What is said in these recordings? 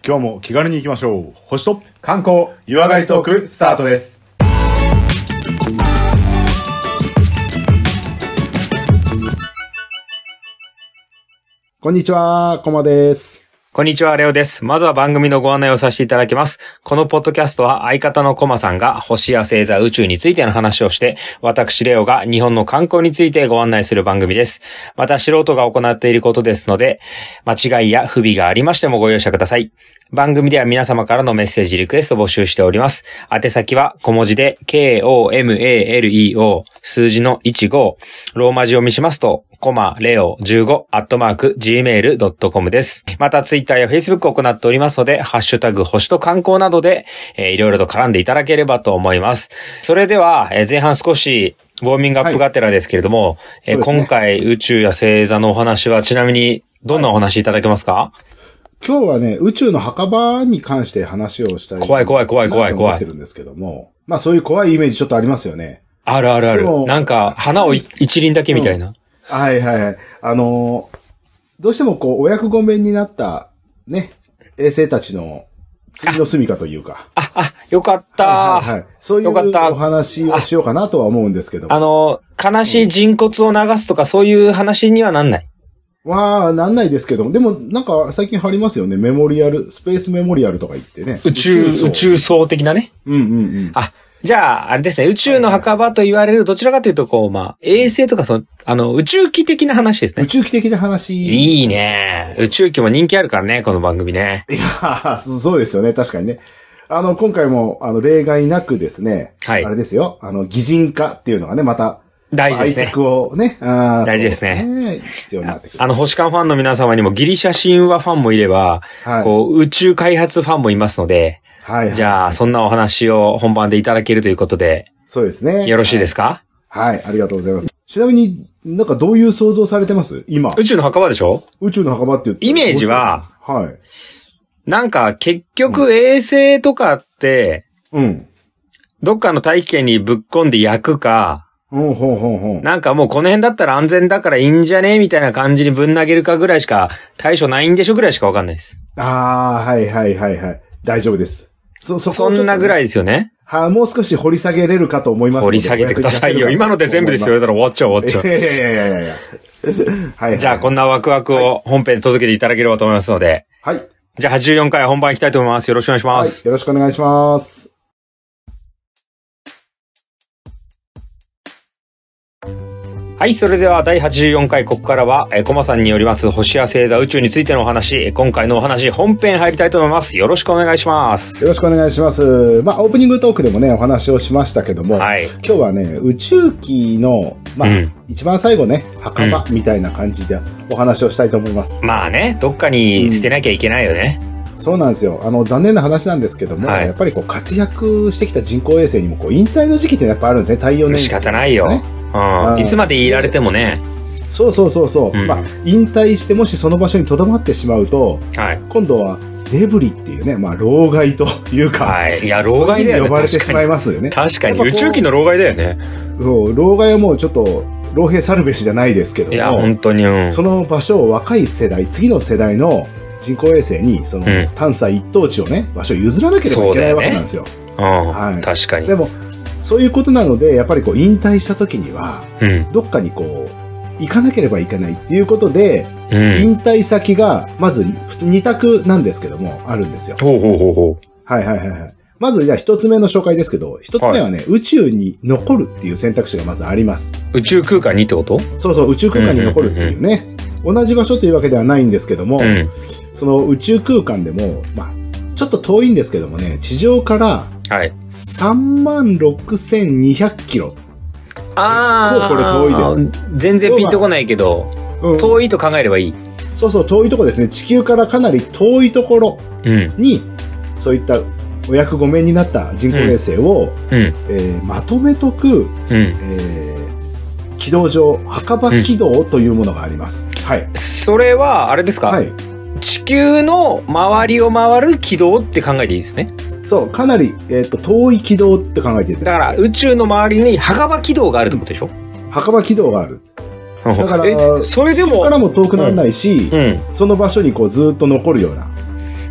今日も気軽に行きましょう。星と観光湯上がりトークスタートです。 こんにちは、コマです。 こんにちは、レオです。まずは番組のご案内をさせていただきます。このポッドキャストは相方のコマさんが星や星座、宇宙についての話をして、私レオが日本の観光についてご案内する番組です。また素人が行っていることですので、間違いや不備がありましてもご容赦ください。番組では皆様からのメッセージリクエストを募集しております。宛先は小文字で KOMALEO 数字の15、ローマ字読みしますとコマレオ15 @gmail.com です。またツイッターやフェイスブックを行っておりますので、ハッシュタグ星と観光などで、いろいろと絡んでいただければと思います。それでは、前半少しウォーミングアップがてらですけれども、今回宇宙や星座のお話はちなみにどんなお話いただけますか？ 今日はね、宇宙の墓場に関して話をしたい。 怖い。 思ってるんですけども。まあそういう怖いイメージちょっとありますよね。 ある。なんか、花を一輪だけみたいな。 はい。どうしてもこう、お役御免になった、ね、衛星たちの次の住処というか。 よかった。 はい。そういうお話をしようかなとは思うんですけども。悲しい人骨を流すとかそういう話にはなんない。 なんないですけども、でもなんか最近貼りますよね。メモリアル、スペースメモリアルとか言ってね。 宇宙層的なね。じゃあ、あれですね、宇宙の墓場と言われる、どちらかというと、衛星とか宇宙機的な話ですね。 宇宙機的な話。 いいね。宇宙機も人気あるからね、この番組ね。 いやそうですよね、確かにね。今回も、例外なくですね。はい。あれですよ、擬人化っていうのがね、また、 大事ですね。 愛着をね。 大事ですね。 必要になってくる。 星間ファンの皆様にもギリシャ神話ファンもいれば、宇宙開発ファンもいますので、じゃあ、そんなお話を本番でいただけるということで。 そうですね。 よろしいですか？ はい、ありがとうございます。ちなみになんかどういう想像されてます今。 宇宙の墓場でしょ？ 宇宙の墓場って言って。 イメージは、 はい。 なんか結局衛星とかって、どっかの大気圏にぶっ込んで焼くか、なんかもうこの辺だったら安全だからいいんじゃねみたいな感じにぶん投げるかぐらいしか対処ないんでしょぐらいしかわかんないです。 はい。大丈夫です。 そんなぐらいですよね。 もう少し掘り下げれるかと思いますので。 掘り下げてくださいよ。今ので全部ですよ。だから終わっちゃう。 いや。はい。 じゃあこんなワクワクを本編で届けていただければと思いますので。 はい。 じゃあ84回本番いきたいと思います。よろしくお願いします。 よろしくお願いします。 はい、それでは第84回、ここからは、コマさんによります星や星座宇宙についてのお話、今回のお話、本編入りたいと思います。よろしくお願いします。 よろしくお願いします。オープニングトークでもね、お話をしましたけども、今日はね、宇宙機の、一番最後ね、墓場みたいな感じでお話をしたいと思います。 まあね、どっかに捨てなきゃいけないよね。 そうなんですよ。残念な話なんですけども、やっぱり活躍してきた人工衛星にも引退の時期ってやっぱあるんですね。太陽年数、 仕方ないよ。いつまでいられてもね。 そう。引退してもしその場所に留まってしまうと、今度はデブリっていうね、老害というか、 いや、老害だよね。 呼ばれてしまいますよね。 確かに。宇宙機の老害だよね。 そう、老害はもうちょっと、老兵去るべしじゃないですけども。 いや、本当に。 その場所を若い世代、次の世代の人工衛星に、探査一等地をね、場所を譲らなければいけないわけなんですよ。 確かに。 でも、そういうことなので、やっぱり引退した時には、どっかに行かなければいけないっていうことで、引退先が、まず2択なんですけども、あるんですよ。はい。まず、じゃあ一つ目の紹介ですけど、一つ目はね、宇宙に残るっていう選択肢がまずあります。 宇宙空間にってこと？ そう、宇宙空間に残るっていうね。同じ場所というわけではないんですけども、その宇宙空間でも、ちょっと遠いんですけどもね、地上から、36,200 キロ。これ遠いです。 全然ピンとこないけど、遠いと考えればいい。 そう、遠いとこですね。地球からかなり遠いところに、そういったお役御免になった人工衛星を、まとめとく、軌道上、墓場軌道というものがあります。 それは、あれですか？地球の周りを回る軌道って考えていいですね。 そう、かなり、遠い軌道って考えていて。 だから、宇宙の周りに墓場軌道があるってことでしょ？ 墓場軌道があるんです。だから、 それでも、 地球からも遠くならないし、その場所にずっと残るような。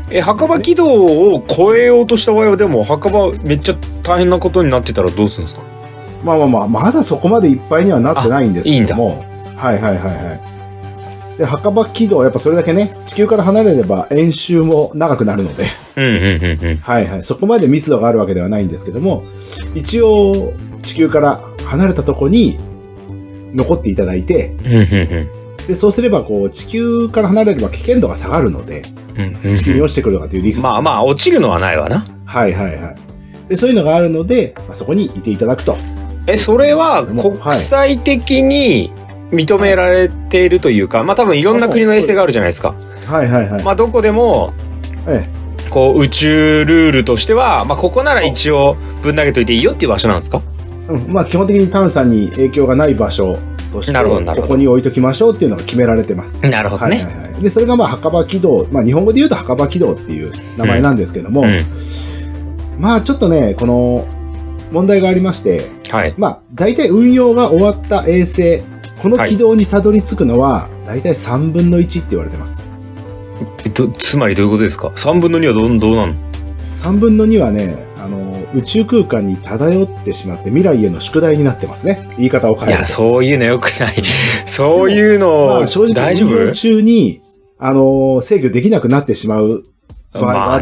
墓場軌道を超えようとした場合は、でも墓場めっちゃ大変なことになってたらどうするんですか？ まだそこまでいっぱいにはなってないんですけども。はいはいはいはい。で、墓場軌道はやっぱそれだけね、地球から離れれば円周も長くなるので。はいはい。そこまで密度があるわけではないんですけども、一応地球から離れたとこに残っていただいて、で、そうすればこう地球から離れれば危険度が下がるので、地球に落ちてくるのかというリスク。 まあ落ちるのはないわな。 はいはいはい。で、そういうのがあるので、そこにいていただくと。 それは国際的に認められているというか、多分いろんな国の衛星があるじゃないですか。 はいはいはい。 どこでも、こう宇宙ルールとしては、ここなら一応ぶん投げといていいよっていう場所なんですか？ 基本的に探査に影響がない場所として、ここに置いときましょうっていうのが決められてます。 なるほどね。 はいはいはい。で、それが墓場軌道、日本語で言うと墓場軌道っていう名前なんですけども、ちょっとね、この問題がありまして、 はい。 大体運用が終わった衛星、この軌道にたどり着くのは、大体3分の1って言われてます。 つまりどういうことですか？ 3 分の2はどうなの？ 3 分の2はね、宇宙空間に漂ってしまって未来への宿題になってますね。言い方を変えると。 いや、そういうのよくない。そういうの、 正直大丈夫？ 運用中に、制御できなくなってしまう場合があって、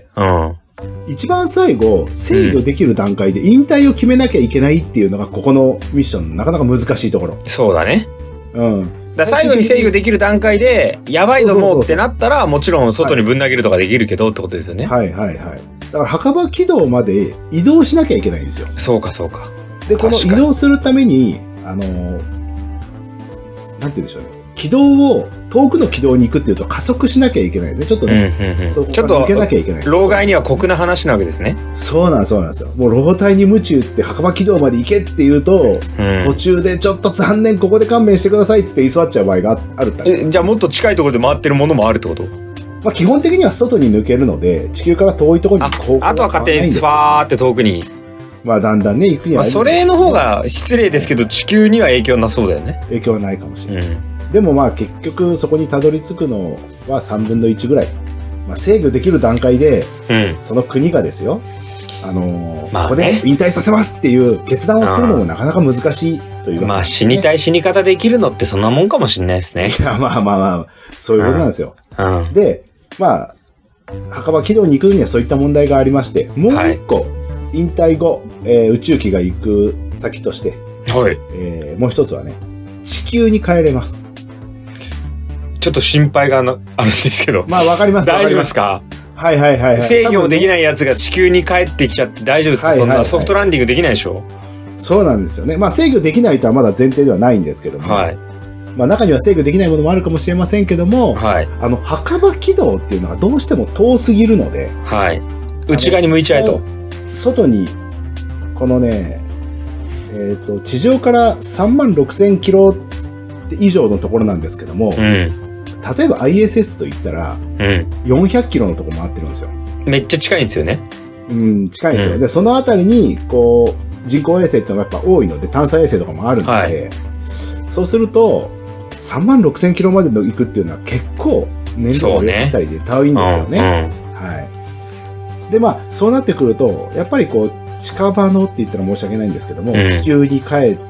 一番最後、制御できる段階で引退を決めなきゃいけないっていうのが、ここのミッションのなかなか難しいところ。 そうだね。最後に制御できる段階で、やばいぞもうってなったら、もちろん外にぶん投げるとかできるけどってことですよね。 はいはいはい。だから墓場軌道まで移動しなきゃいけないんですよ。 そうかそうか。 で、この移動するために、なんて言うんでしょうね。軌道を、遠くの軌道に行くっていうと加速しなきゃいけないね。ちょっとね、そこから抜けなきゃいけない。 老害には酷な話なわけですね。 そうなんですよ。もう老体に夢中って墓場軌道まで行けって言うと、途中でちょっと残念、ここで勘弁してくださいって言って居座っちゃう場合があるって。 じゃあもっと近いところで回ってるものもあるってこと？ 基本的には外に抜けるので、地球から遠いところにあとは勝手にファーって遠くに。 だんだんね、行くには。 それの方が失礼ですけど、地球には影響なそうだよね。 影響はないかもしれない。でも結局そこにたどり着くのは3分の1ぐらい。制御できる段階で、その国がですよ、ここで引退させますっていう決断をするのもなかなか難しいという、ね。 死にたい死に方できるのってそんなもんかもしれないですね。 いや、そういうことなんですよ。で、墓場軌道に行くにはそういった問題がありまして、もう一個、引退後、宇宙機が行く先として、もう一つはね、地球に帰れます。 ちょっと心配があるんですけど。 わかります。 大丈夫ですか？ はいはいはい。 制御できないやつが地球に帰ってきちゃって大丈夫ですか？そんなソフトランディングできないでしょ？ そうなんですよね。制御できないとはまだ前提ではないんですけども。中には制御できないものもあるかもしれませんけども、墓場軌道っていうのがどうしても遠すぎるので、 内側に向いちゃえと。 外に、このね、地上から36,000キロ以上のところなんですけども、例えば ISS といったら、400キロのところ回ってるんですよ。 めっちゃ近いんですよね。 近いんですよ。で、そのあたりに、人工衛星ってのがやっぱ多いので、探査衛星とかもあるので、そうすると、36,000キロまで行くっていうのは結構燃料を要したりで遠いんですよね。で、そうなってくると、やっぱり近場のって言ったら申し訳ないんですけども、地球に帰って、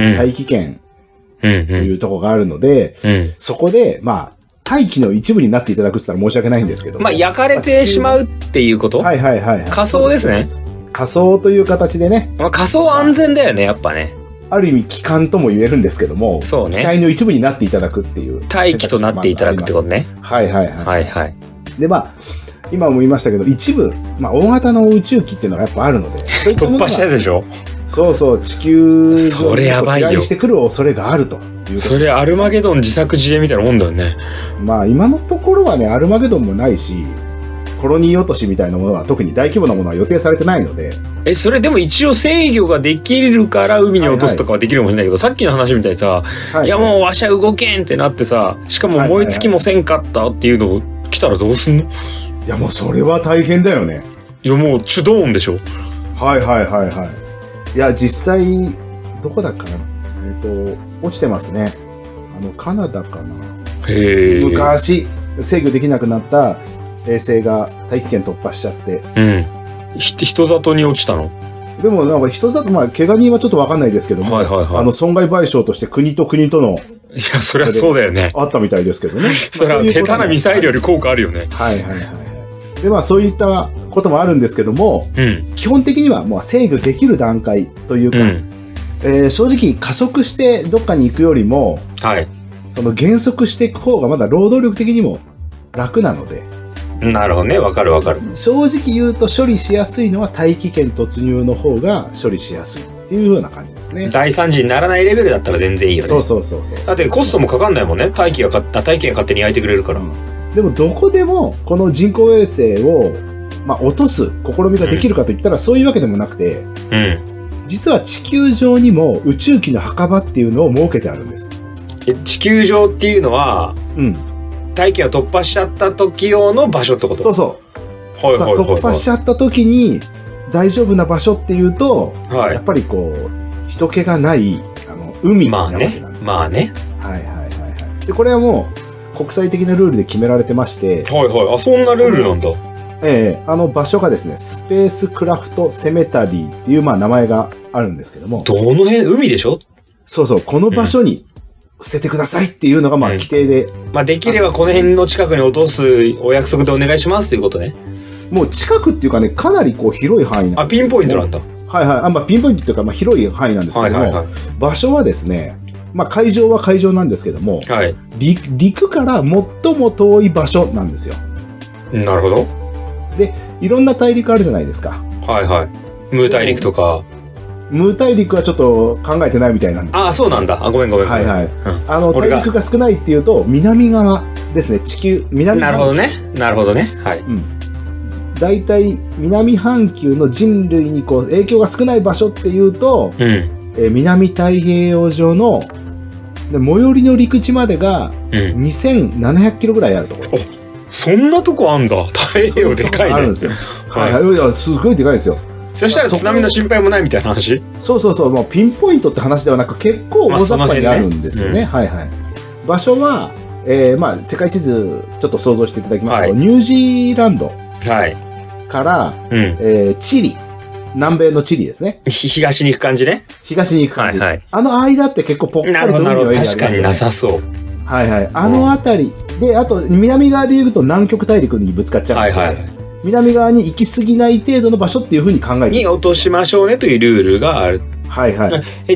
大気圏というところがあるので、そこで、大気の一部になっていただくって言ったら申し訳ないんですけども。 焼かれてしまうっていうこと？仮想ですね。 仮想という形でね。 仮想安全だよね、やっぱね。 ある意味、機関とも言えるんですけども、 そうね。 機体の一部になっていただくっていう。 大気となっていただくってことね。 で、今も言いましたけど、一部、大型の宇宙機っていうのがやっぱあるので。 突破したやつでしょ？ そうそう、地球それやばいよ。 飛来してくる恐れがあるという。 それアルマゲドン自作自演みたいなもんだよね。 今のところはね、アルマゲドンもないし、コロニー落としみたいなものは特に大規模なものは予定されてないので。 それでも一応制御ができるから海に落とすとかはできるかもしれないけど、さっきの話みたいにさ、いやもうわしゃ動けんってなってさ、しかも燃え尽きもせんかったっていうの来たらどうすんの？ いやもうそれは大変だよね。 いやもうチュドーンでしょ。 いや実際どこだっかな、落ちてますね。カナダかな。昔制御できなくなった衛星が大気圏突破しちゃって。 うん。人里に落ちたの？ でもなんか人里、まあ、怪我人はちょっとわかんないですけども、はいはいはい、損害賠償として国と国との、いや、そりゃそうだよね。 あったみたいですけどね。 それは下手なミサイルより効果あるよね。 はいはいはい。で、まあそういったこともあるんですけども、うん、基本的にはもう制御できる段階というか、正直加速してどっかに行くよりも、はい、その減速していく方がまだ労働力的にも楽なので、 なるほどね。わかるわかる。 正直言うと処理しやすいのは大気圏突入の方が処理しやすいっていう風な感じですね。 大惨事にならないレベルだったら全然いいよね。 そうそうそうそう。 だってコストもかかんないもんね。大気が勝手に焼いてくれるから。 でもどこでもこの人工衛星を、まあ、落とす試みができるかといったらそういうわけでもなくて、うん、実は地球上にも宇宙機の墓場っていうのを設けてあるんです。 地球上っていうのは、うん。大気が突破しちゃった時用の場所ってこと？ そうそう。はいはいはいはい。突破しちゃった時に大丈夫な場所っていうと、はい、やっぱりこう、人気がない、海なわけなんですよ。 まあね。 はいはいはいはい。で、これはもう国際的なルールで決められてまして。 はいはい。あ、そんなルールなんだ。 場所がですね、スペースクラフトセメタリーっていう、まあ名前があるんですけども。 どの辺？海でしょ？ そうそう。この場所に、捨ててくださいっていうのが、まあ、規定で。 まあ、できればこの辺の近くに落とすお約束でお願いしますということね。 もう近くっていうかね、かなりこう広い範囲なんです。 あ、ピンポイントなんだ。 はいはい。まあ、ピンポイントっていうか、まあ、広い範囲なんですけども、はいはいはい、場所はですね、まあ、海上は海上なんですけども、はい、陸から最も遠い場所なんですよ。 なるほど。 で、いろんな大陸あるじゃないですか。 はいはい。ムー大陸とか。 ムー大陸はちょっと考えてないみたいなんです。 ああ、そうなんだ。あ、ごめん。はいはい。うん、大陸が少ないっていうと、南側ですね。南半球。なるほどね。なるほどね。はい。うん。 大体、南半球の人類にこう、影響が少ない場所っていうと、うん。南太平洋上の、最寄りの陸地までが、2700キロぐらいあるところ。 そんなとこあんだ。太平洋でかいね。 あるんですよ。はいはい。いや、すごいでかいですよ。 そしたら津波の心配もないみたいな話？ そうそうそう。もうピンポイントって話ではなく、結構大雑把にあるんですよね。はいはい。場所は、まあ、世界地図ちょっと想像していただきますと、ニュージーランドから、チリ、南米のチリですね。 東に行く感じね。 東に行く感じ。はいはい。間って結構ぽっかりと海の上にありますよね。 確かになさそう。 はいはい。あたりで、あと南側で言うと南極大陸にぶつかっちゃうので、はいはい。南側に行き過ぎない程度の場所っていう風に考えてに落としましょうねというルールがある。 はいはい。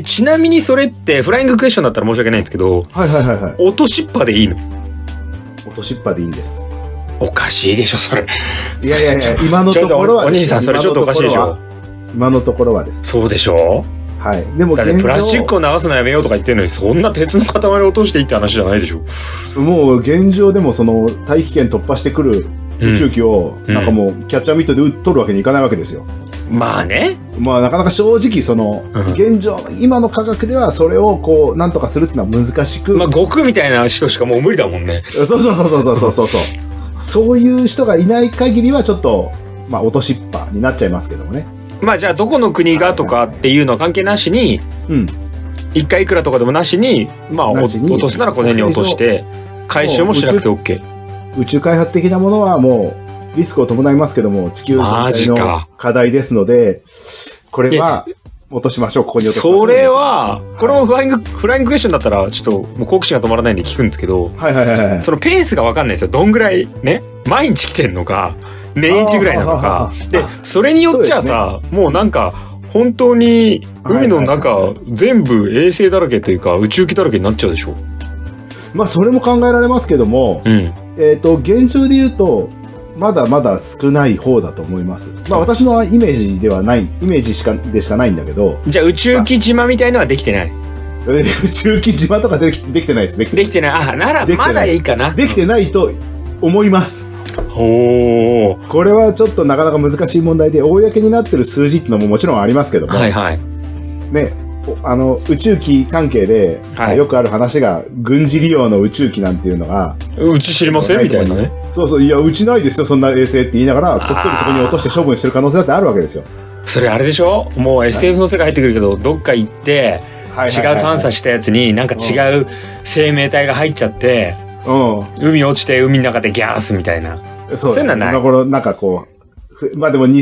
ちなみにそれってフライングクエスチョンだったら申し訳ないんですけど、はいはいはいはい。落としっぱでいいの？ 落としっぱでいいんです。 おかしいでしょそれ。 いやいやいや、今のところはお兄さんそれちょっとおかしいでしょ。 今のところはです。 そうでしょ。 はい。でもだってプラスチックを流すのやめようとか言ってるのに、そんな鉄の塊を落としていいって話じゃないでしょ。 もう現状でもその大気圏突破してくる宇宙機をなんかもうキャッチャーミットで取るわけにいかないわけですよ。 まあね。 まあなかなか正直その現状、今の科学ではそれをこうなんとかするっていうのは難しく。 まあ悟空みたいな人しかもう無理だもんね。 そうそうそうそうそうそうそう。そういう人がいない限りはちょっとまあ落としっぱになっちゃいますけどもね。 まあじゃあどこの国がとかっていうのは関係なしに、うん。一回いくらとかでもなしに、まあ落とすならこの辺に落として、回収もしなくて OK。 宇宙開発的なものはもうリスクを伴いますけども、地球全体の課題ですので、これは落としましょう、ここに落としましょう。 それは、これもフライングクエスチョンだったら、ちょっともう好奇心が止まらないんで聞くんですけど、はいはいはい。そのペースがわかんないですよ。どんぐらいね、毎日来てんのか、年一ぐらいなのか。で、それによっちゃさ、もうなんか、本当に海の中、全部衛星だらけというか宇宙機だらけになっちゃうでしょ。 まあそれも考えられますけども、うん、現状で言うとまだまだ少ない方だと思います。まあ私のイメージではない、イメージでしかないんだけど。 じゃあ宇宙機島みたいのはできてない？ 宇宙機島とかできてないです。 できてない。あ、ならまだいいかな。 できてないと思います。 ほー。 これはちょっとなかなか難しい問題で、公になってる数字っていうのももちろんありますけども、はいはい。ね、宇宙機関係で、はい、よくある話が、軍事利用の宇宙機なんていうのが、 うち知りませんみたいなね。 そうそう、いや、うちないですよ、そんな衛星って言いながら、こっそりそこに落として処分してる可能性だってあるわけですよ。 それあれでしょ？もう SF の世界入ってくるけど、どっか行って、違う探査したやつになんか違う生命体が入っちゃって、うん、海落ちて海の中でギャースみたいな。 そういうのはない。 今頃なんかこう、まあでも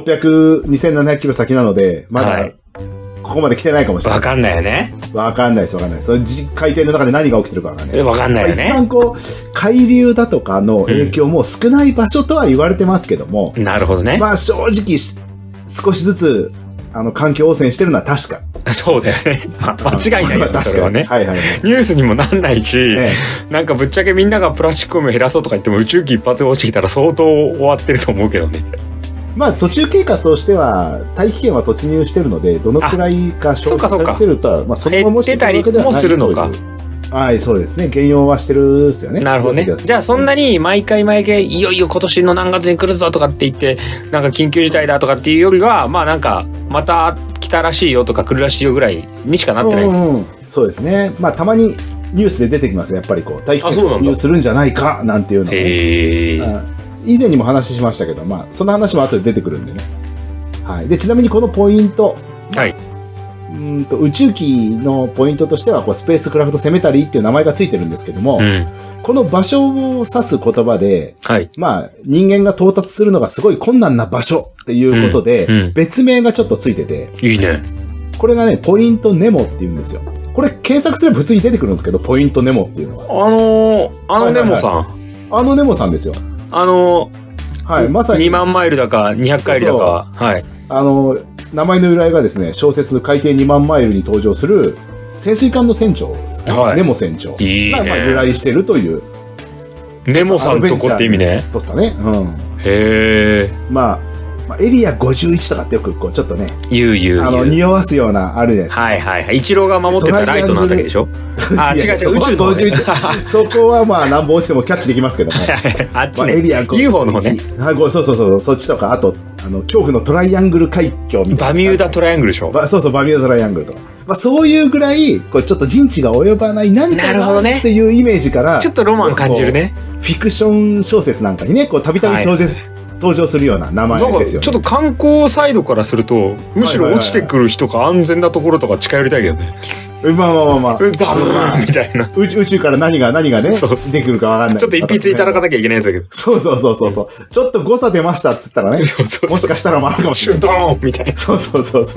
2600、2700キロ先なので、まだ、ここまで来てないかもしれない。 わかんないよね。 わかんないです、わかんないです。その海底の中で何が起きてるかわかんない。 わかんないよね。 一番こう、海流だとかの影響も少ない場所とは言われてますけども。 なるほどね。 まあ正直、少しずつ、環境汚染してるのは確か。 そうだよね。間違いないよね。 確かにね。はいはい。 ニュースにもなんないし、なんかぶっちゃけみんながプラスチックゴミを減らそうとか言っても宇宙機一発が落ちてきたら相当終わってると思うけどね。まあ途中経過としては大気圏は突入してるのでどのくらいか消費されてるとはまあそのまま減ってたりもするのか。 はい、そうですね。減用はしてるですよね。 なるほどね。じゃあそんなに毎回いよいよ今年の何月に来るぞとかって言ってなんか緊急事態だとかっていうよりはまあなんかまた来たらしいよとか来るらしいよぐらいにしかなってない。 そうですね。まあたまにニュースで出てきます。やっぱりこう大気圏突入するんじゃないかなんていうのを、ね。以前にも話しましたけど、まあ、その話も後で出てくるんでね。はい。で、ちなみにこのポイント。 はい。 宇宙機のポイントとしては、こう、スペースクラフトセメタリーっていう名前がついてるんですけども、この場所を指す言葉で、はい。まあ、人間が到達するのがすごい困難な場所っていうことで、別名がちょっとついてて。 いいね。 これがね、ポイントネモって言うんですよ。これ検索すれば普通に出てくるんですけど、ポイントネモっていうのは。 ネモさん。 ネモさんですよ。はい、まさに。 2万マイルだか、200回里だか、はい。 名前の由来がですね、小説海底2万マイルに登場する、潜水艦の船長ですか、はい、ネモ船長。 いいね。 が由来してるという。 ネモさんとこって意味ね。 取ったね。うん。 へー。 まあ、エリア51とかってよくこうちょっとね、 言う匂わすようなあるじゃないですか。 はいはいはい。イチローが守ってたライトのあたりでしょ。あ、違う違う、宇宙の、ね。 そこはまあ何本落ちてもキャッチできますけども。 あっちね。 エリア51。 UFO の方ね。 そう、そっちとか、あと、恐怖のトライアングル海峡みたいな。 バミューダトライアングルでしょ。 そう、バミューダトライアングルとか。まあそういうぐらい、こうちょっと人知が及ばない何かがっていうイメージから、 ちょっとロマン感じるね。 フィクション小説なんかにね、こうたびたび登場するような名前ですよね。 ちょっと観光サイドからすると、むしろ落ちてくる人が安全なところとか近寄りたいけどね。 まあ。 ダブーみたいな。 宇宙から何がね、できるかわかんない。 ちょっと一筆いただかなきゃいけないやつだけど。 そう。ちょっと誤差出ましたっつったらね。もしかしたらもあるかもしれない。 ドーンみたいな。 そう。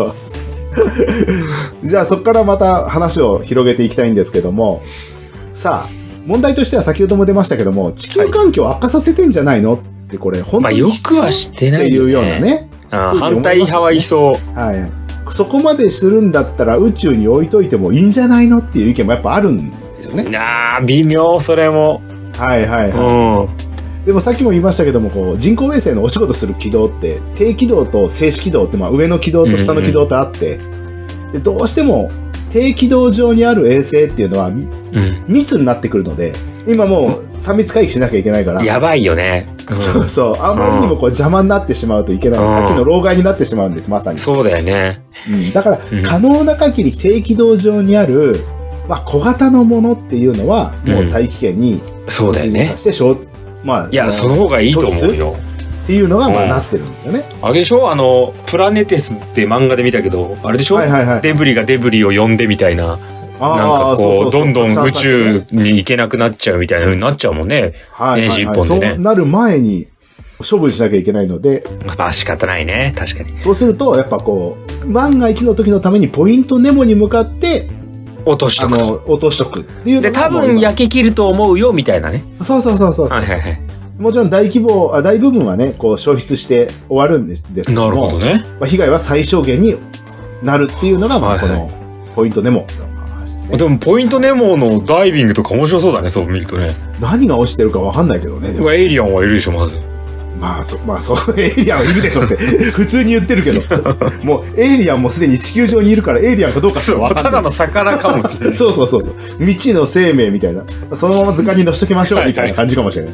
じゃあそこからまた話を広げていきたいんですけども、さあ、問題としては先ほども出ましたけども、地球環境を悪化させてんじゃないのってこれ、本当によくはしてないっていうようなね。 反対派はいそう。 はい。そこまでするんだったら宇宙に置いといてもいいんじゃないのっていう意見もやっぱあるんですよね。 微妙、それも。 はい。でもさっきも言いましたけども、こう人工衛星のお仕事する軌道って、低軌道と静止軌道って、まあ上の軌道と下の軌道とあって、でどうしても低軌道上にある衛星っていうのは、密になってくるので、今もう3密回避しなきゃいけないから。 やばいよね。 そう。あんまりにもこう邪魔になってしまうといけない。さっきの老害になってしまうんです、まさに。 そうだよね。 だから、可能な限り低軌道上にある、まあ小型のものっていうのは、もう大気圏に、 そうだよね。 まあ、 いや、その方がいいと思うよ。 っていうのが、まあなってるんですよね。 あれでしょプラネテスって漫画で見たけど、あれでしょデブリがデブリを呼んでみたいな。なんかこう、どんどん宇宙に行けなくなっちゃうみたいな風になっちゃうもんね。電子一本でね。 そうなる前に処分しなきゃいけないので。 まあ仕方ないね。確かに。 そうすると、やっぱこう、万が一の時のためにポイントネモに向かって、 落としとく。 落としとくっていうのが。 で、多分焼け切ると思うよ、みたいなね。 そう。もちろん大部分はね、こう消失して終わるんですけども。 なるほどね。 まあ、被害は最小限になるっていうのが、まあ、このポイントネモ。 でも、ポイントネモのダイビングとか面白そうだね、そう見るとね。 何が落ちてるか分かんないけどね。 エイリアンはいるでしょ、まず。 まあ、エイリアンはいるでしょって、普通に言ってるけど。もう、エイリアンもすでに地球上にいるから、エイリアンかどうかすら分かんない。 ただの魚かもしれない。 そう。未知の生命みたいな。そのまま図鑑に載しときましょうみたいな感じかもしれない。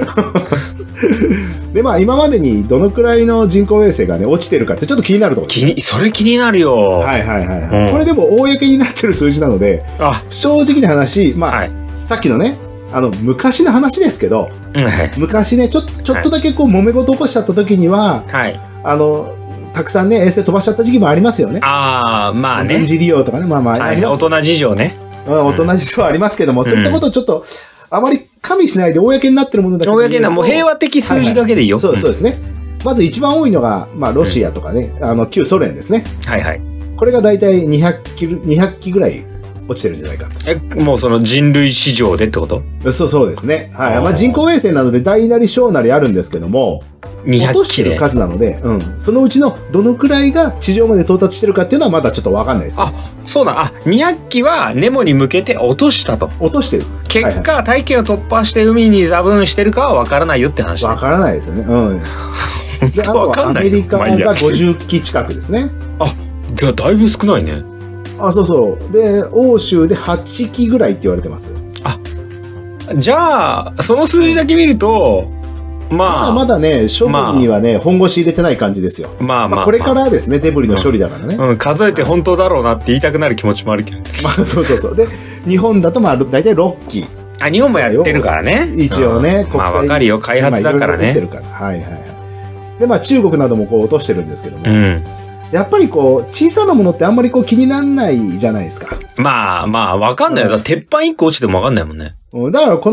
で、まあ、今までにどのくらいの人工衛星がね、落ちてるかってちょっと気になるところです。 それ気になるよ。 はい。これでも、公になってる数字なので、正直な話、まあ、さっきのね、昔の話ですけど、昔ね、ちょっとだけこう揉め事起こしちゃった時には、たくさんね、衛星飛ばしちゃった時期もありますよね。 まあね。 軍事利用とかね、まあ、 大人事情ね。 大人事情はありますけども、そういったことをちょっと、 あまり加味しないで公になってるものだけで。 公な、もう平和的数字だけでいいよ。 そうですね。まず一番多いのが、まあ、ロシアとかね、旧ソ連ですね。 はいはい。 これがだいたい200機ぐらい落ちてるんじゃないかと。 もうその人類史上でってこと？ そうですね。はい。まあ、人工衛星などで大なり小なりあるんですけども、落としてる数なので、そのうちのどのくらいが地上まで到達してるかっていうのはまだちょっとわかんないですね。 そうだ。200機はネモに向けて落としたと。 落としてる。 結果、大気を突破して海にザブンしてるかはわからないよって話。 わからないですよね。で、あとはアメリカが50機近くですね。 じゃあだいぶ少ないね。 そう。で、欧州で8機ぐらいって言われてます。 じゃあ、その数字だけ見ると、 まだね、処分にはね、本腰入れてない感じですよ。これからですね、デブリの処理だからね。 数えて本当だろうなって言いたくなる気持ちもあるけど。 そう。で、日本だとだいたい6機。 日本もやってるからね。 一応ね、 国際。わかるよ、開発だからね。 はい。で、中国なども落としてるんですけども。やっぱり小さなものってあんまり気にならないじゃないですか。 わかんないよ。鉄板1個落ちてもわかんないもんね。 だから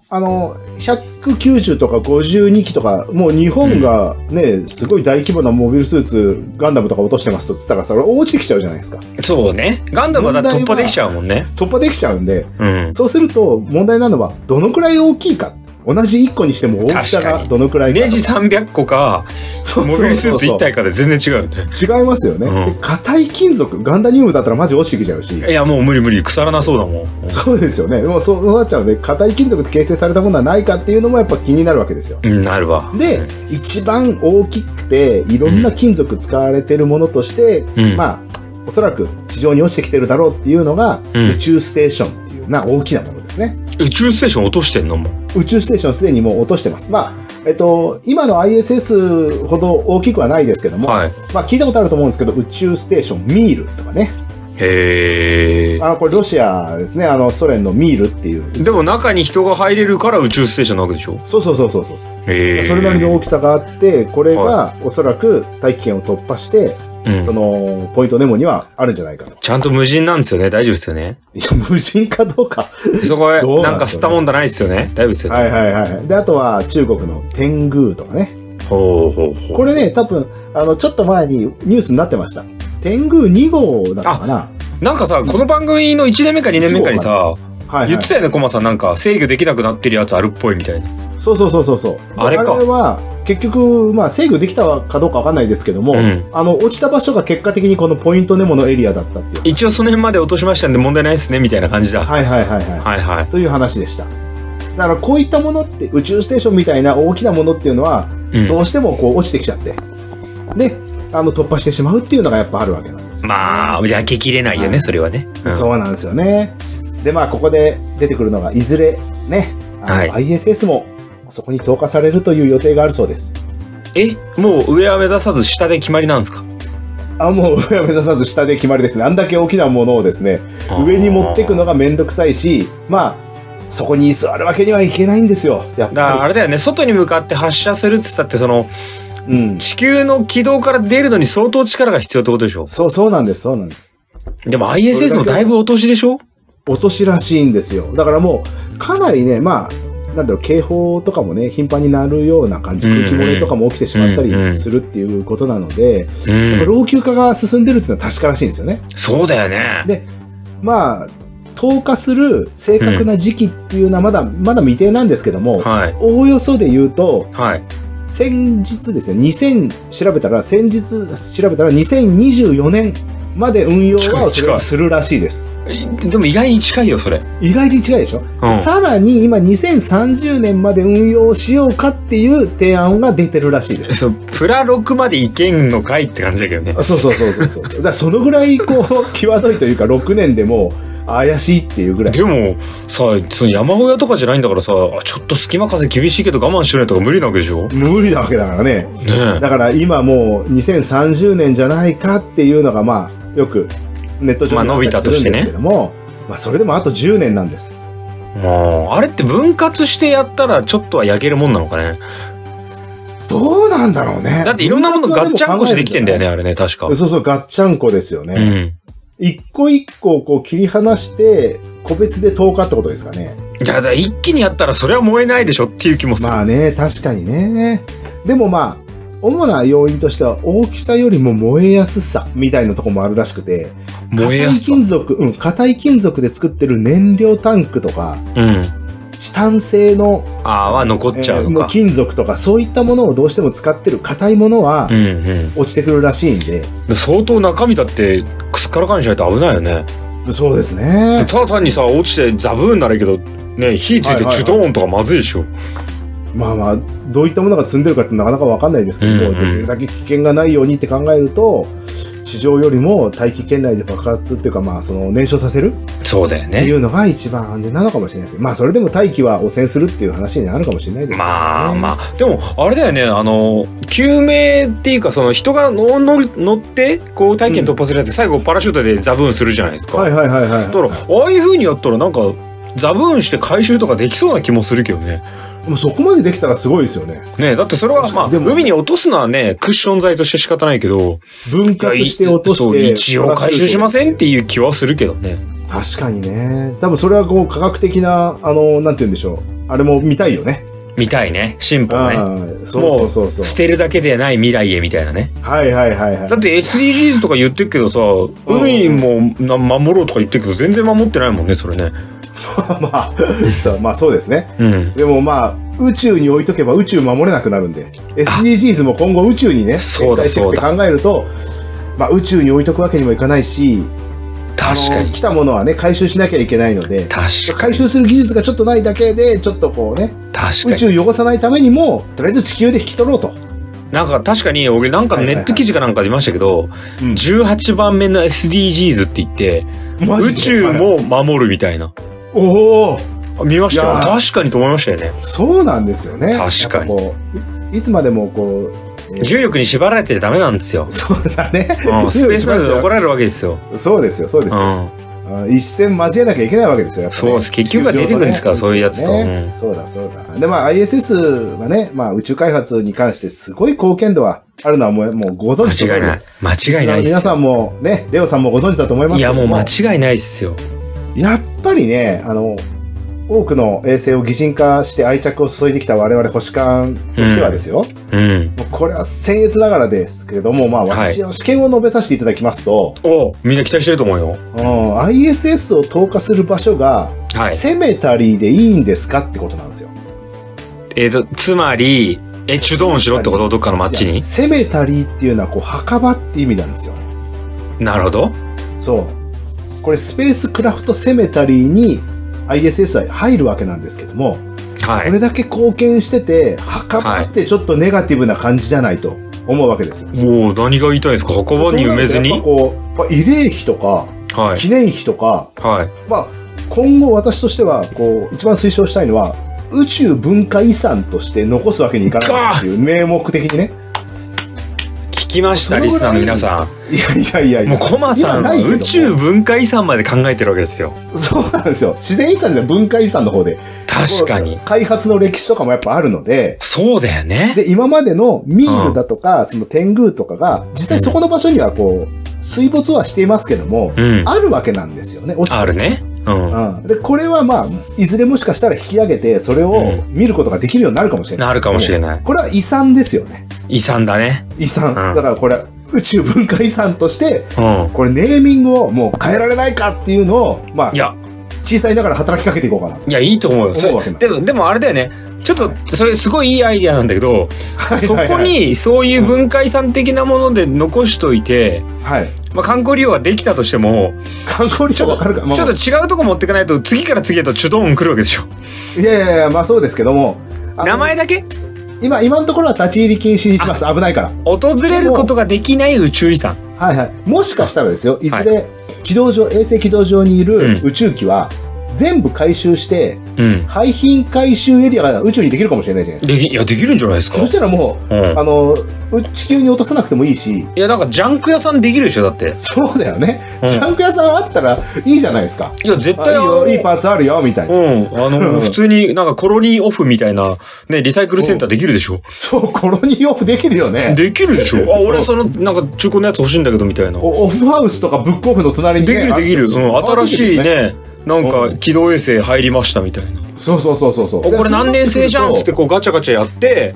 190とか52機とか、もう日本がね、すごい大規模なモビルスーツ、ガンダムとか落としてますと言ったらさ、落ちてきちゃうじゃないですか。 そうね。ガンダムは突破できちゃうもんね。 突破できちゃうんで、そうすると問題なのは、どのくらい大きいか。同じ1個にしても大きさがどのくらいか。 ネジ300個か、モビルスーツ1体かで全然違うよね。 違いますよね。硬い金属、ガンダニウムだったらマジ落ちてきちゃうし。 いや、もう無理。腐らなそうだもん。 そうですよね。もうそうなっちゃうので、硬い金属で形成されたものはないかっていうのもやっぱ気になるわけですよ。 なるわ。 で、一番大きくて、いろんな金属使われてるものとして、おそらく地上に落ちてきてるだろうっていうのが、宇宙ステーションっていう大きなものですね。 宇宙ステーション落としてんのもう宇宙ステーションすでにもう落としてます。今の ISS ほど大きくはないですけども、聞いたことあると思うんですけど、宇宙ステーションミールとかね。 へー。 これロシアですね。ソ連のミールっていう。 でも中に人が入れるから宇宙ステーションなわけでしょ？ そう。 へー。 それなりの大きさがあって、これがおそらく大気圏を突破して、その、ポイントネモにはあるんじゃないかと。 ちゃんと無人なんですよね。大丈夫ですよね。 いや、無人かどうか。 そこへ、なんか吸ったもんだないですよね。大丈夫ですよね。 はい。で、あとは中国の天宮とかね。 ほう。 これね、多分、ちょっと前にニュースになってました。天宮2号だったかな。 なんかさ、この番組の1年目か2年目かにさ、言ってたよね、コマさん。なんか制御できなくなってるやつあるっぽいみたいな。 そう。あれは、結局、制御できたかどうかわかんないですけども、落ちた場所が結果的にこのポイントネモのエリアだったっていう。 一応その辺まで落としましたんで問題ないですね、みたいな感じだ。 はい。という話でした。だからこういったものって、宇宙ステーションみたいな大きなものっていうのは、どうしても落ちてきちゃって。で、突破してしまうっていうのがやっぱあるわけなんですよ。 焼けきれないよね、それはね。 そうなんですよね。で、ここで出てくるのが、いずれ、ね、ISS も、そこに投下されるという予定があるそうです。 もう上は目指さず下で決まりなんですか？ もう上は目指さず下で決まりですね。あんだけ大きなものをですね、上に持っていくのがめんどくさいし、そこに居座るわけにはいけないんですよ。やっぱり。 だからあれだよね、外に向かって発射するって言ったって、地球の軌道から出るのに相当力が必要ってことでしょ？ そうなんです。 でも ISS のだいぶ落としでしょ？ 落としらしいんですよ。だからもう、かなりね、警報とかもね、頻繁になるような感じ、空気漏れとかも起きてしまったりするっていうことなので、老朽化が進んでるっていうのは確からしいんですよね。 そうだよね。 で、投下する正確な時期っていうのはまだ未定なんですけども、おおよそで言うと、先日ですね、調べたら2024年まで運用はするらしいです。 でも意外に近いよ、それ。 意外に近いでしょ、さらに今2030年まで運用しようかっていう提案が出てるらしいです。 プラ6までいけんのかいって感じだけどね。 そう。だからそのぐらい際どいというか6年でも怪しいっていうぐらい。 でもさ、その山小屋とかじゃないんだからさ、ちょっと隙間風厳しいけど我慢しろよとか無理なわけでしょ？ 無理なわけだからね。だから今もう2030年じゃないかっていうのがよくネット上にあったりするんですけども、それでもあと10年なんです。 あれって分割してやったらちょっとは焼けるもんなのかね。 どうなんだろうね。 だっていろんなものガッチャンコしてできてんだよね、あれね、確か。 そう、ガッチャンコですよね。一個一個切り離して、 個別で10日ってことですかね。 いや、だ一気にやったらそれは燃えないでしょっていう気もする。 まあね、確かにね。でもまあ、主な要因としては大きさよりも燃えやすさみたいなところもあるらしくて、 燃えやすさ。 硬い金属で作ってる燃料タンクとか、チタン製の残っちゃうのか、 金属とかそういったものをどうしても使ってる硬いものは落ちてくるらしいんで、 相当中身だってすっからかにしないと危ないよね。 そうですね。 ただ単にさ落ちてザブーンならいいけどね、火ついてチュドーンとかまずいでしょ。 まあまあどういったものが積んでるかってなかなかわかんないですけど、できるだけ危険がないようにって考えると、地上よりも大気圏内で爆発っていうか、まあその燃焼させるそうだよねっていうのが一番安全なのかもしれないですね。まあそれでも大気は汚染するっていう話になるかもしれないですけどね。 まあでもあれだよね、救命っていうかその人が乗ってこう大気に突破するやつ、最後パラシュートでザブーンするじゃないですか。 はいはいはいはい。 だからああいう風にやったらなんかザブーンして回収とかできそうな気もするけどね。 もうそこまでできたらすごいですよね。 ね、だってそれはまあ海に落とすのはねクッション材として仕方ないけど、 分割して落として、 一応回収しませんっていう気はするけどね。 確かにね。多分それはこう科学的ななんて言うんでしょう。あれも見たいよね。 見たいね。進歩ね。 そう。 捨てるだけでない未来へみたいなね。 はいはいはいはい。 だって SDGs とか言ってるけどさ、海も守ろうとか言ってるけど全然守ってないもんね、それね。 まあそうですね。でもまあ宇宙に置いとけば宇宙守れなくなるんで、SDGs も今後宇宙にね展開していくって考えると、まあ宇宙に置いとくわけにもいかないし、 確かに来たものはね回収しなきゃいけないので、回収する技術がちょっとないだけでちょっとこうね、宇宙汚さないためにもとりあえず地球で引き取ろうと。 なんか確かに俺なんかネット記事かなんかで見ましたけど、18番目の SDGs って言って宇宙も守るみたいな。 おお、 見ましたよ。確かにと思いましたよね。 そうなんですよね。 確かに。 いつまでもこう、 重力に縛られてちゃダメなんですよ。 そうだね。 スペースバイズで怒られるわけですよ。 そうですよ、そうですよ。一線交えなきゃいけないわけですよ。 そうです。結局は出てくるんですから、そういうやつと。 そうだ、そうだ。で、まあ ISS はね、まあ宇宙開発に関してすごい貢献度はあるのはもうご存知の通りです。 間違いないです。 皆さんもね、レオさんもご存知だと思いますけども。 いや、もう間違いないですよ。 やっぱりね、多くの衛星を擬人化して愛着を注いできた我々星間としてはですよ。これは僭越ながらですけれども、まあ私の試験を述べさせていただきますと。 みんな期待してると思うよ。 ISS を投下する場所が、セメタリーでいいんですかってことなんですよ。 つまり、チュドーンしろってこと？どっかの街に？ セメタリーっていうのはこう墓場って意味なんですよ。 なるほど。 そう。これスペースクラフトセメタリーにISS は入るわけなんですけども、これだけ貢献してて、墓場ってちょっとネガティブな感じじゃないと思うわけですよ。 もう何が言いたいですか？墓場に埋めずに？ こう、慰霊碑とか、記念碑とか、まあ、今後私としては、こう、一番推奨したいのは、宇宙文化遺産として残すわけにいかないっていう名目的にね。 聞きました、リスナーの皆さん。 いや。 もうコマさんは宇宙文化遺産まで考えてるわけですよ。 そうなんですよ。自然遺産じゃ文化遺産の方で。 確かに。 開発の歴史とかもやっぱあるので。 そうだよね。 で、今までのミールだとか、その天狗とかが、実際そこの場所にはこう、水没はしていますけども、あるわけなんですよね。 あるね。 で、これはまあ、いずれもしかしたら引き上げて、それを見ることができるようになるかもしれない。 なるかもしれない。 これは遺産ですよね。 遺産だね。 遺産。だからこれ、宇宙文化遺産として、これネーミングをもう変えられないかっていうのを、まあ、小さいながら働きかけていこうかな。 いや、いいと思うよ。でもあれだよね。ちょっと、それすごいいいアイデアなんだけど、そこにそういう文化遺産的なもので残しといて、まあ観光利用ができたとしても、 観光利用わかるか、 ちょっと違うとこ持っていかないと、次から次へとチュドーン来るわけでしょ。 いや、まあそうですけども。 名前だけ？ 今のところは立ち入り禁止に行きます。危ないから。 訪れることができない宇宙遺産。 もしかしたらですよ、いずれ、衛星軌道上にいる宇宙機は、全部回収して、廃品回収エリアが宇宙にできるかもしれないじゃないですか。 いや、できるんじゃないですか。 そしたらもう、地球に落とさなくてもいいし。 いや、なんかジャンク屋さんできるでしょ、だって。 そうだよね。ジャンク屋さんあったらいいじゃないですか。 いや、絶対いいパーツあるよ、みたいな。 普通になんかコロニーオフみたいな、ね、リサイクルセンターできるでしょ。 そう、コロニーオフできるよね。 できるでしょ。俺なんか中古のやつ欲しいんだけど、みたいな。 オフハウスとかブックオフの隣にね。 できる。新しいね。 なんか軌道衛星入りましたみたいな。 そう。 これ何年生じゃんっつってこうガチャガチャやって、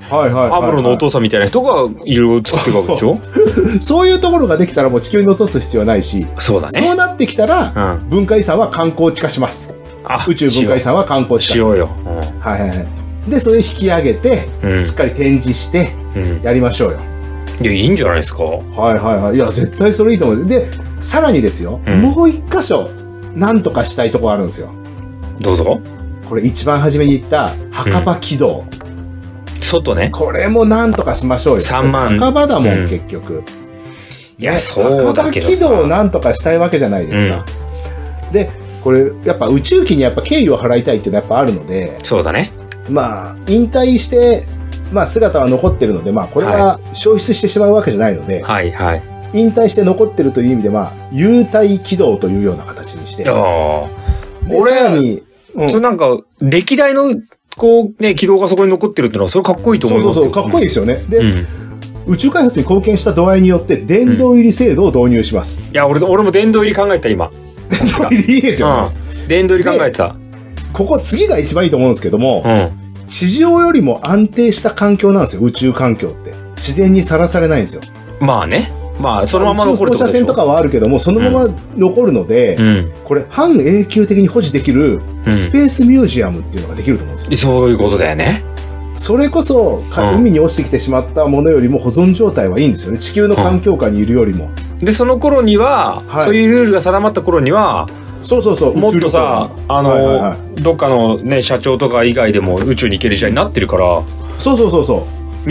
アムロのお父さんみたいな人がいろいろ作っていくわけでしょ。 そういうところができたらもう地球に落とす必要ないし、 そうだね。 そうなってきたら、文化遺産は観光地化します。宇宙文化遺産は観光地化しようよ。 で、それ引き上げて、しっかり展示して、やりましょうよ。 いや、いいんじゃないですか。 いや、絶対それいいと思う。で、さらにですよ、もう一箇所、なんとかしたいところあるんですよ。 どうぞ。 これ一番初めに言った墓場軌道、 外ね。 これもなんとかしましょうよ。 3万。 墓場だもん、結局。 いや、そうだけどさ。 墓場軌道をなんとかしたいわけじゃないですか。で、これやっぱ宇宙機にやっぱ敬意を払いたいっていうのはやっぱあるので、 そうだね。 まあ引退してまあ姿は残ってるので、まあこれは消失してしまうわけじゃないので、引退して残ってるという意味でまあ幽体軌道というような形にして、 俺らにそれなんか歴代のこうね軌道がそこに残ってるっていうのはそれかっこいいと思いますよ。 そうかっこいいですよね。で、宇宙開発に貢献した度合いによって殿堂入り制度を導入します。 いや俺も殿堂入り考えた今。 殿堂入りいいですよね。 殿堂入り考えた。 ここ次が一番いいと思うんですけども、地上よりも安定した環境なんですよ、宇宙環境って。自然にさらされないんですよ。 まあね。まあ、そのまま残るってことでしょ。 放射線とかはあるけども、そのまま残るので、これ、半永久的に保持できる、スペースミュージアムっていうのができると思うんですよ。そういうことだよね。 それこそ、海に落ちてきてしまったものよりも保存状態はいいんですよね。地球の環境下にいるよりも。 で、その頃には、そういうルールが定まった頃には、 そう。 もっとさ、どっかのね、社長とか以外でも宇宙に行ける時代になってるから、 そう。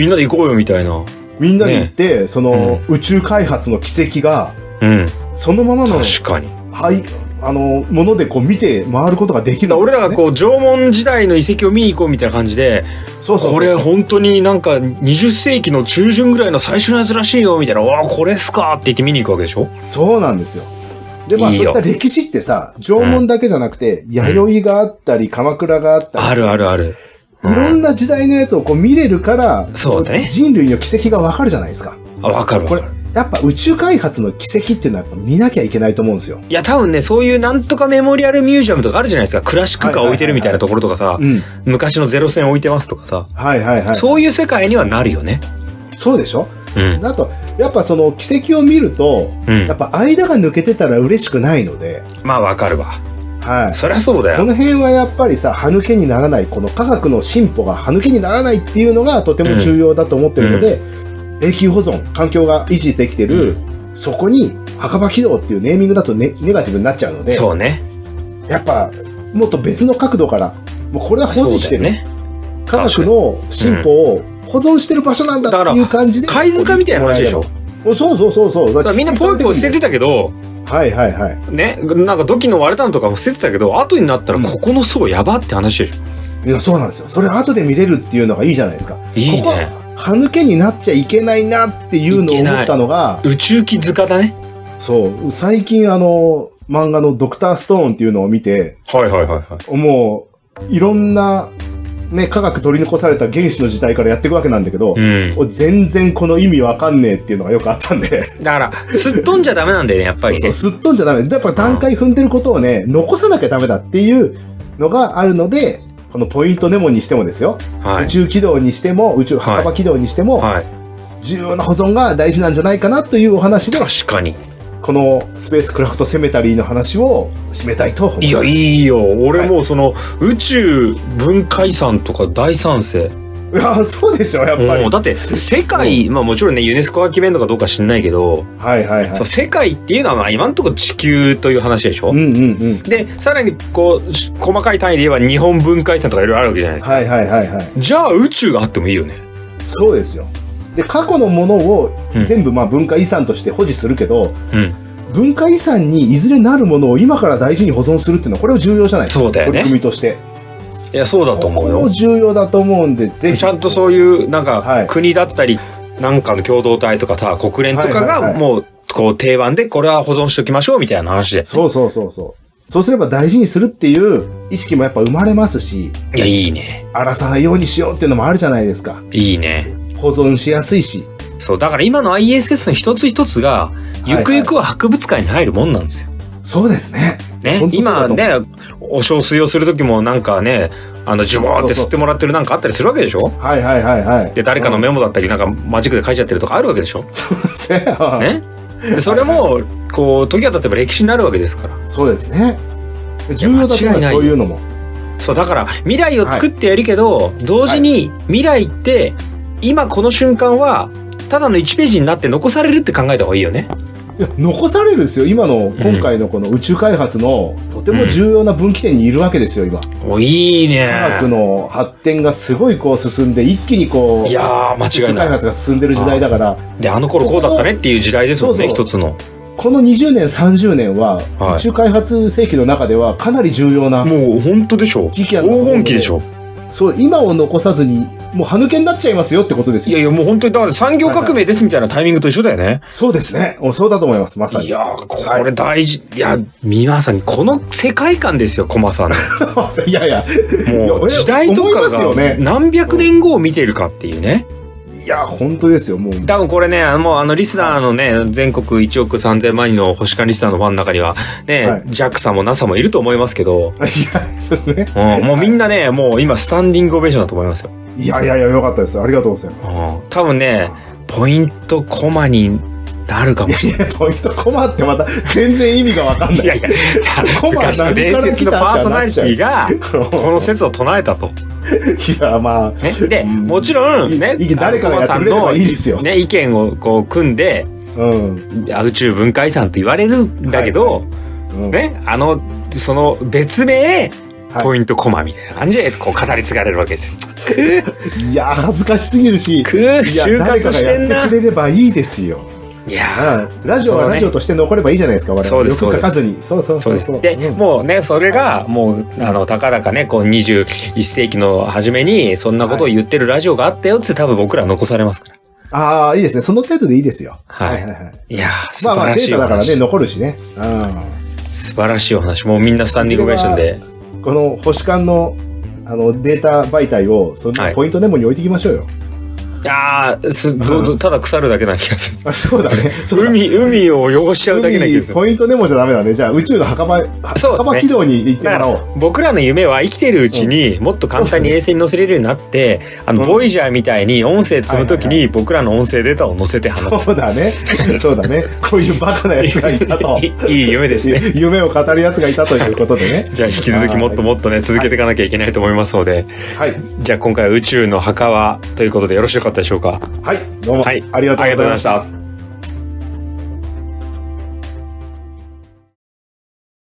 みんなで行こうよみたいな。 みんなで行って、その、宇宙開発の軌跡が、そのままの、 確かに。 ものでこう見て回ることができる、 俺らがこう、縄文時代の遺跡を見に行こうみたいな感じで、これ本当になんか20世紀の中旬ぐらいの最初のやつらしいよみたいな、わあ、これっすかって言って見に行くわけでしょ？そうなんですよ。 で、まあそういった歴史ってさ、縄文だけじゃなくて、弥生があったり、鎌倉があったり。 ある。 いろんな時代のやつをこう見れるから、 そうだね。 人類の軌跡がわかるじゃないですか。 わかる。 これ、やっぱ宇宙開発の軌跡っていうのはやっぱ見なきゃいけないと思うんですよ。 いや、多分ね、そういうなんとかメモリアルミュージアムとかあるじゃないですか。クラシックカー置いてるみたいなところとかさ、昔のゼロ戦置いてますとかさ。そういう世界にはなるよね。 そうでしょ？あと、やっぱその軌跡を見ると、やっぱ間が抜けてたら嬉しくないので。 まあわかるわ。そりゃそうだよ。 この辺はやっぱりさ、歯抜けにならない、この科学の進歩が歯抜けにならないっていうのがとても重要だと思ってるので、永久保存、環境が維持できてる、そこに墓場軌道っていうネーミングだとネガティブになっちゃうので、 そうね。 やっぱ、もっと別の角度から、もうこれは保持してる。ね、科学の進歩を保存してる場所なんだっていう感じで。 貝塚みたいな話でしょ。 そう。 だからみんなポイポイ捨ててたけど、ね、なんか土器の割れたのとかも捨ててたけど、後になったらここの層やばって話でしょ。 いや、そうなんですよ。それ後で見れるっていうのがいいじゃないですか。 いいね。 ここ歯抜けになっちゃいけないなっていうのを思ったのが、 宇宙機塚だね。 そう。最近漫画のドクターストーンっていうのを見て、もう、いろんな、ね、科学取り残された原始の時代からやっていくわけなんだけど、全然この意味わかんねえっていうのがよくあったんで。 だから、すっ飛んじゃダメなんだよね、やっぱりね。 すっ飛んじゃダメ。やっぱ段階踏んでることをね、残さなきゃダメだっていうのがあるので、このポイントネモにしてもですよ。宇宙軌道にしても、宇宙墓場軌道にしても、重要な保存が大事なんじゃないかなというお話で。 確かに。 このスペースクラフトセメタリーの話を締めたいと思います。 いや、いいよ。俺もその、宇宙文化遺産とか大賛成。 いや、そうでしょ、やっぱり。 だって、世界、まあもちろんね、ユネスコが決めるのかどうか知んないけど、世界っていうのは、まあ今のところ地球という話でしょ。で、さらにこう、細かい単位で言えば日本文化遺産とかいろいろあるわけじゃないですか。じゃあ宇宙があってもいいよね。 そうですよ。で、過去のものを全部まあ文化遺産として保持するけど、文化遺産にいずれなるものを今から大事に保存するっていうのは、これは重要じゃないですか。 そうだよね。 取り組みとして。 いや、そうだと思うよ。 ここも重要だと思うんで、ぜひ。 ちゃんとそういう、なんか、国だったり、なんかの共同体とかさ、国連とかがもう、こう定番で、これは保存しておきましょうみたいな話で。 そう。そうすれば大事にするっていう意識もやっぱ生まれますし。 いや、いいね。 荒らさないようにしようっていうのもあるじゃないですか。 いいね。 保存しやすいし。 そう、だから今の ISS の一つ一つが、ゆくゆくは博物館に入るもんなんですよ。 そうですね。 ね、今ね、 お小水をするときもなんかね、ジュボーって吸ってもらってるなんかあったりするわけでしょ。 はいはいはいはい。 で、誰かのメモだったりなんかマジックで書いちゃってるとかあるわけでしょ。 そうですね。 ね。でそれも、こう、時が経てば歴史になるわけですから。 そうですね。重要だと思います、そういうのも。 そう、だから、未来を作ってやるけど、同時に未来って、今この瞬間は、ただの1ページになって残されるって考えた方がいいよね。 いや、残されるんですよ。今回のこの宇宙開発の、とても重要な分岐点にいるわけですよ、今。 お、いいね。 科学の発展がすごいこう進んで、一気にこう、 いやー、間違いない。宇宙開発が進んでる時代だから。 で、あの頃こうだったねっていう時代ですもんね、一つの。 この20年、30年は、宇宙開発世紀の中ではかなり重要な。 もう本当でしょ。黄金期でしょ。 そう、今を残さずに、もう歯抜けになっちゃいますよってことですよ。 いやいや、もう本当に、だから産業革命ですみたいなタイミングと一緒だよね。 そうですね。そうだと思います、まさに。 いやこれ大事。いや、皆さん、この世界観ですよ、コマさんの。 いやいや、 もう時代とかが何百年後を見ているかっていうね。 いや、本当ですよ、もう。 多分これね、もうリスナーのね、全国1億3000万人の星間リスナーのファンの中には、ね、JAXA も NASA もいると思いますけど。 いや、そうですね。 もうみんなね、もう今スタンディングオベーションだと思いますよ。 いやいやいや、よかったです。ありがとうございます。 多分ね、ポイントコマになるかもしれない。 いや、ポイントコマってまた全然意味がわかんない。 いやいや、昔の伝説のパーソナリティが、この説を唱えたと。 いや、まあ。 で、もちろんね、 誰かがやってくれればいいですよ。 ね、意見をこう組んで、宇宙文化遺産と言われるんだけど、ね、その別名、ポイントコマみたいな感じでこう語り継がれるわけです。 いや、恥ずかしすぎるし、 就活してんな。 誰かがやってくれればいいですよ。 いやラジオはラジオとして残ればいいじゃないですか、我々。 そうです。 よく書かずに。そう。 で、もうね、それが、もう、たかだかね、こう、21世紀の初めに、そんなことを言ってるラジオがあったよって多分僕ら残されますから。 ああ、いいですね。その程度でいいですよ。 はい。いや素晴らしい。まあデータだからね、残るしね。 素晴らしいお話。もうみんなスタンディングオベーションで。 この星間の、データ媒体を、そのポイントネモに置いていきましょうよ。 いやー、ただ腐るだけな気がする。 そうだね。 海を汚しちゃうだけな気がする。 ポイントでもじゃダメだね。じゃあ宇宙の墓場軌道に行ってもらおう。 僕らの夢は生きてるうちにもっと簡単に衛星に載せれるようになって、ボイジャーみたいに音声積むときに僕らの音声データを載せて話す。 そうだね。そうだね。こういうバカなやつがいたと。 いい夢ですね。 夢を語るやつがいたということでね。 じゃあ引き続きもっともっとね、続けていかなきゃいけないと思いますので。はい。じゃあ今回は宇宙の墓場ということでよろしかったでしょうか。 はい、どうも、ありがとうございました。